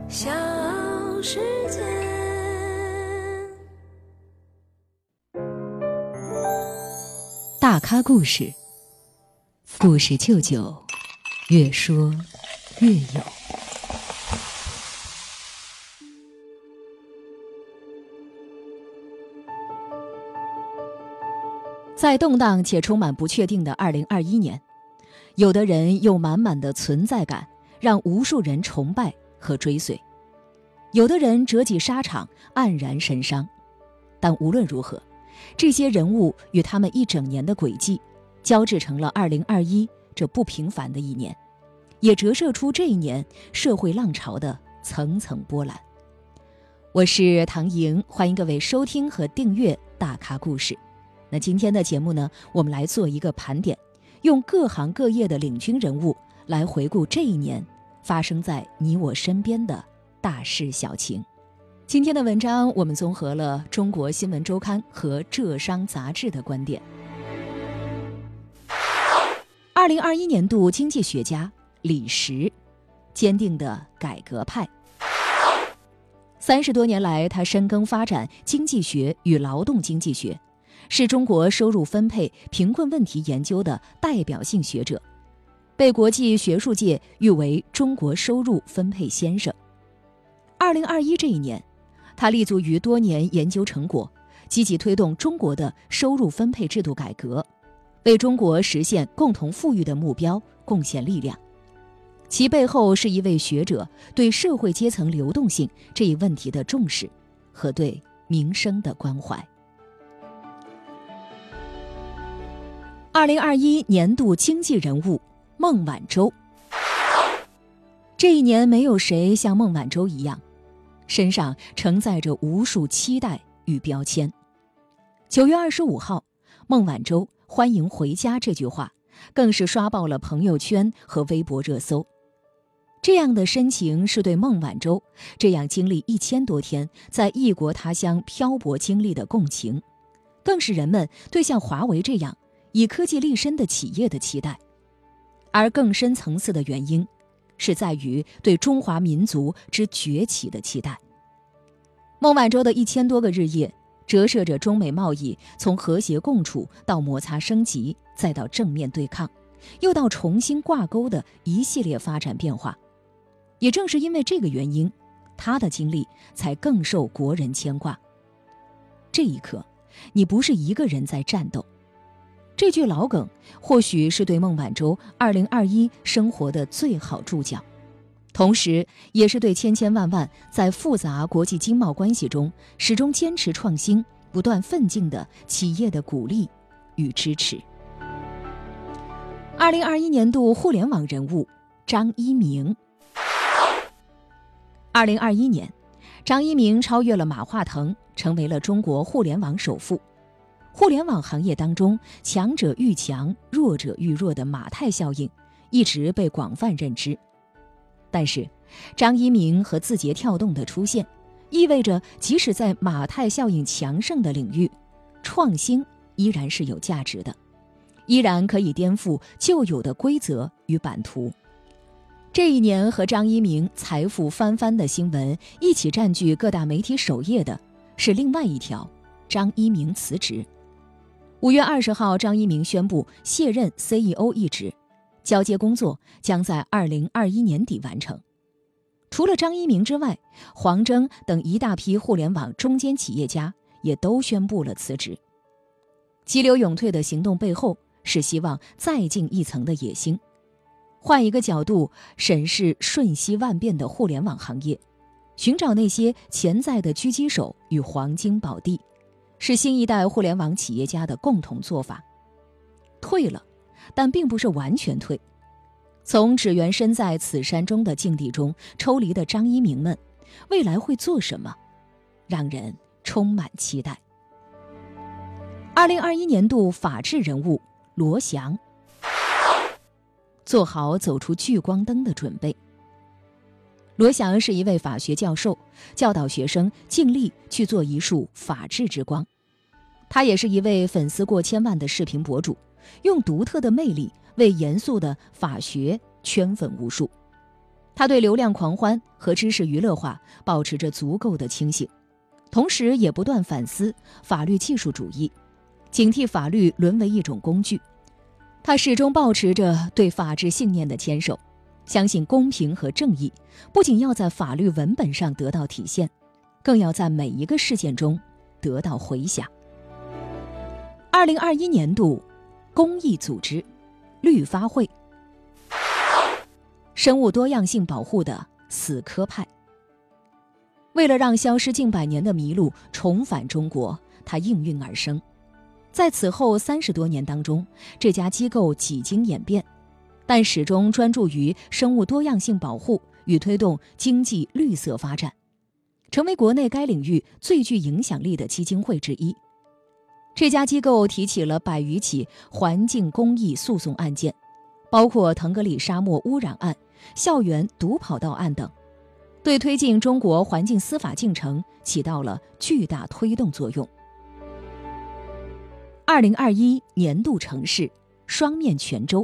小世界。 大咖故事，故事舅舅越说越有。在动荡且充满不确定的2021年，有的人用满满的存在感让无数人崇拜和追随，有的人折戟沙场，黯然神伤。但无论如何，这些人物与他们一整年的轨迹交织成了2021这不平凡的一年，也折射出这一年社会浪潮的层层波澜。我是唐莹，欢迎各位收听和订阅大咖故事。那今天的节目呢，我们来做一个盘点，用各行各业的领军人物来回顾这一年发生在你我身边的大事小情。今天的文章我们综合了中国新闻周刊和浙商杂志的观点。2021年度经济学家李石，坚定的改革派。30多年来，他深耕发展经济学与劳动经济学，是中国收入分配、贫困问题研究的代表性学者，被国际学术界誉为中国收入分配先生。2021这一年，他立足于多年研究成果，积极推动中国的收入分配制度改革，为中国实现共同富裕的目标贡献力量。其背后是一位学者对社会阶层流动性这一问题的重视和对民生的关怀。2021年度经济人物孟晚舟。这一年没有谁像孟晚舟一样，身上承载着无数期待与标签。9月25号，孟晚舟欢迎回家这句话更是刷爆了朋友圈和微博热搜。这样的深情是对孟晚舟这样经历1000多天在异国他乡漂泊经历的共情，更是人们对像华为这样以科技立身的企业的期待。而更深层次的原因是在于对中华民族之崛起的期待。孟晚舟的1000多个日夜，折射着中美贸易从和谐共处到摩擦升级，再到正面对抗，又到重新挂钩的一系列发展变化。也正是因为这个原因，他的经历才更受国人牵挂。这一刻，你不是一个人在战斗。这句老梗或许是对孟晚舟2021生活的最好注脚，同时也是对千千万万在复杂国际经贸关系中始终坚持创新、不断奋进的企业的鼓励与支持。2021年度互联网人物张一鸣。2021年，张一鸣超越了马化腾，成为了中国互联网首富。互联网行业当中，强者愈强，弱者愈弱的马太效应一直被广泛认知。但是，张一鸣和字节跳动的出现，意味着即使在马太效应强盛的领域，创新依然是有价值的，依然可以颠覆旧有的规则与版图。这一年和张一鸣财富翻番的新闻一起占据各大媒体首页的是另外一条：张一鸣辞职。5月20号，张一鸣宣布卸任 CEO 一职，交接工作将在2021年底完成。除了张一鸣之外，黄峥等一大批互联网中坚企业家也都宣布了辞职。急流勇退的行动背后是希望再进一层的野心。换一个角度审视瞬息万变的互联网行业，寻找那些潜在的狙击手与黄金宝地，是新一代互联网企业家的共同做法。退了，但并不是完全退。从只缘身在此山中的境地中抽离的张一鸣们，未来会做什么，让人充满期待。2021年度法治人物罗翔。做好走出聚光灯的准备。罗翔是一位法学教授，教导学生尽力去做一束法治之光。他也是一位粉丝过千万的视频博主，用独特的魅力为严肃的法学圈粉无数。 他对流量狂欢和知识娱乐化保持着足够的清醒，同时也不断反思法律技术主义，警惕法律沦为一种工具。他始终保持着对法治信念的坚守，相信公平和正义不仅要在法律文本上得到体现，更要在每一个事件中得到回响。2021年度公益组织绿发会，生物多样性保护的死磕派。为了让消失近100年的麋鹿重返中国，它应运而生。在此后30多年当中，这家机构几经演变，但始终专注于生物多样性保护与推动经济绿色发展，成为国内该领域最具影响力的基金会之一。这家机构提起了100余起环境公益诉讼案件，包括腾格里沙漠污染案、校园毒跑道案等，对推进中国环境司法进程起到了巨大推动作用。2021年度城市双面泉州，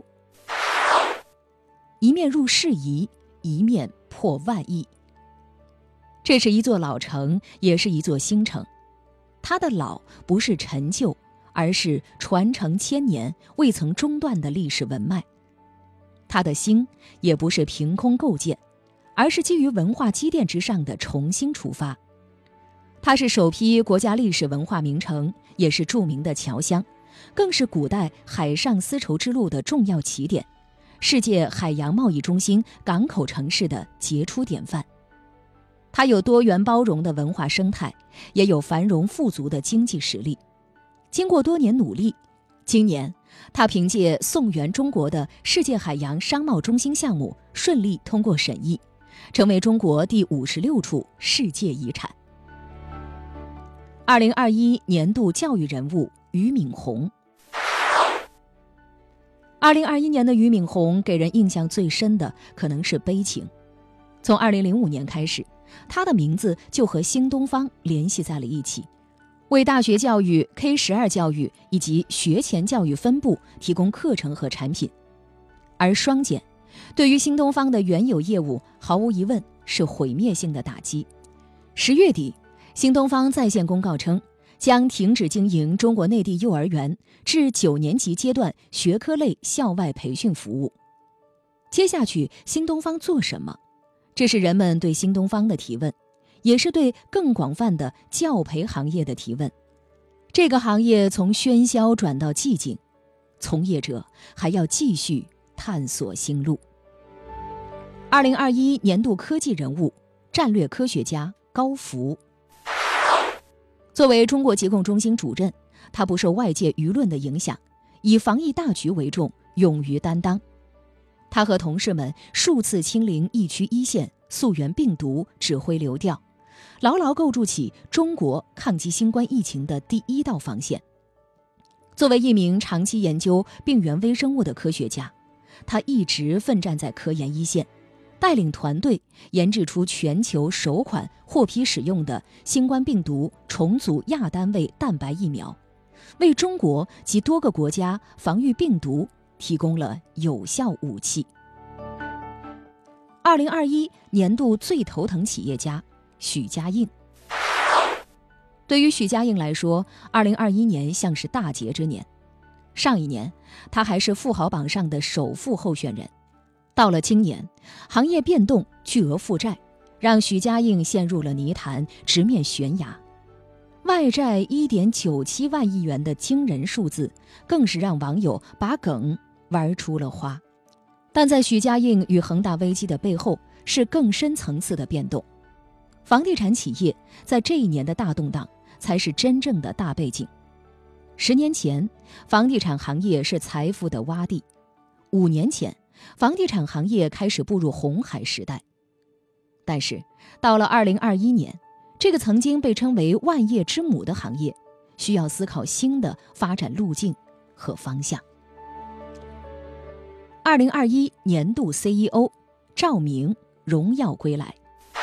一面入世宜，一面破万亿。这是一座老城，也是一座新城。它的老不是陈旧，而是传承千年未曾中断的历史文脉。它的新也不是凭空构建，而是基于文化积淀之上的重新出发。它是首批国家历史文化名城，也是著名的侨乡，更是古代海上丝绸之路的重要起点，世界海洋贸易中心港口城市的杰出典范。它有多元包容的文化生态，也有繁荣富足的经济实力。经过多年努力，今年它凭借宋元中国的世界海洋商贸中心项目顺利通过审议，成为中国第56处世界遗产。2021年度教育人物俞敏洪。2021年的俞敏洪给人印象最深的可能是悲情。从2005年开始，他的名字就和新东方联系在了一起，为大学教育、K12教育以及学前教育分部提供课程和产品。而双减对于新东方的原有业务毫无疑问是毁灭性的打击。10月底，新东方在线公告称，将停止经营中国内地幼儿园至9年级阶段学科类校外培训服务。接下去新东方做什么？这是人们对新东方的提问，也是对更广泛的教培行业的提问。这个行业从喧嚣转到寂静，从业者还要继续探索新路。2021年度科技人物战略科学家高福。作为中国疾控中心主任，他不受外界舆论的影响，以防疫大局为重，勇于担当。他和同事们数次亲临疫区一线，溯源病毒，指挥流调，牢牢构筑起中国抗击新冠疫情的第一道防线。作为一名长期研究病原微生物的科学家，他一直奋战在科研一线，带领团队研制出全球首款获批使用的新冠病毒重组亚单位蛋白疫苗，为中国及多个国家防御病毒提供了有效武器。2021年度最头疼企业家许家印。对于许家印来说，2021年像是大劫之年。上一年，他还是富豪榜上的首富候选人。到了今年，行业变动、巨额负债，让许家印陷入了泥潭，直面悬崖。外债1.97万亿元的惊人数字，更是让网友把梗玩出了花。但在许家印与恒大危机的背后，是更深层次的变动。房地产企业在这一年的大动荡，才是真正的大背景。10年前，房地产行业是财富的洼地；5年前，房地产行业开始步入红海时代。但是，到了2021年，这个曾经被称为万业之母的行业，需要思考新的发展路径和方向。2021年度 CEO 赵明荣耀归来。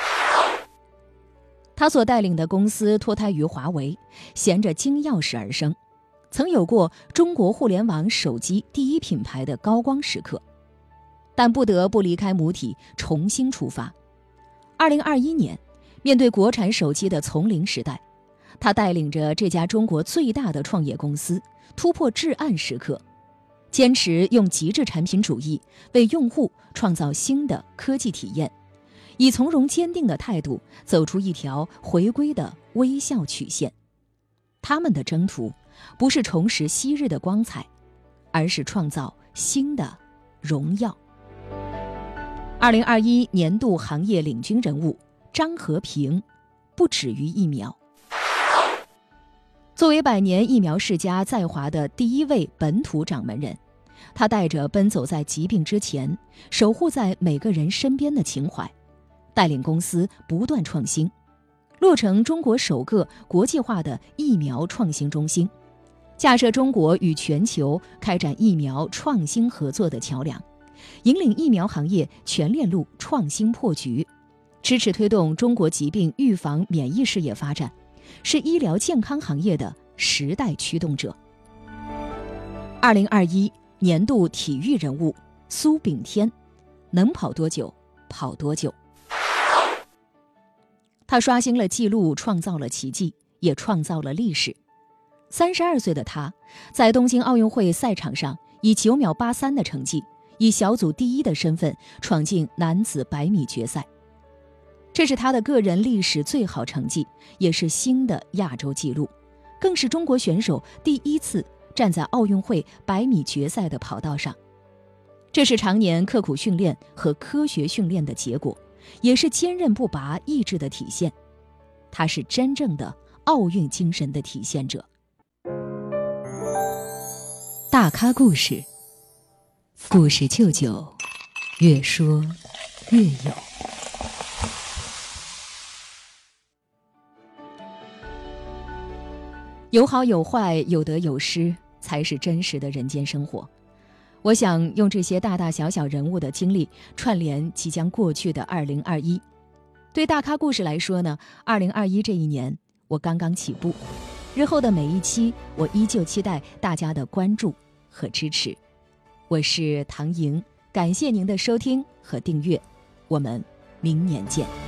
他所带领的公司脱胎于华为，衔着金钥匙而生，曾有过中国互联网手机第一品牌的高光时刻。 但不得不离开母体，重新出发。2021年，面对国产手机的从零时代，他带领着这家中国最大的创业公司突破至暗时刻，坚持用极致产品主义为用户创造新的科技体验，以从容坚定的态度走出一条回归的微笑曲线。他们的征途不是重拾昔日的光彩，而是创造新的荣耀。2021年度行业领军人物张和平，不止于疫苗。作为百年疫苗世家在华的第一位本土掌门人，他带着奔走在疾病之前，守护在每个人身边的情怀，带领公司不断创新，落成中国首个国际化的疫苗创新中心，架设中国与全球开展疫苗创新合作的桥梁，引领疫苗行业全链路创新破局，支持推动中国疾病预防免疫事业发展，是医疗健康行业的时代驱动者。2021年度体育人物苏炳添，能跑多久跑多久。他刷新了纪录，创造了奇迹，也创造了历史。32岁的他，在东京奥运会赛场上以9秒83的成绩，以小组第一的身份闯进男子100米决赛。这是他的个人历史最好成绩，也是新的亚洲纪录，更是中国选手第一次站在奥运会100米决赛的跑道上。这是常年刻苦训练和科学训练的结果，也是坚韧不拔意志的体现。他是真正的奥运精神的体现者。大咖故事，故事舅舅，越说越有。有好有坏，有得有失，才是真实的人间生活。我想用这些大大小小人物的经历串联即将过去的2021。对大咖故事来说呢，2021这一年我刚刚起步，日后的每一期我依旧期待大家的关注和支持。我是唐莹，感谢您的收听和订阅，我们明年见。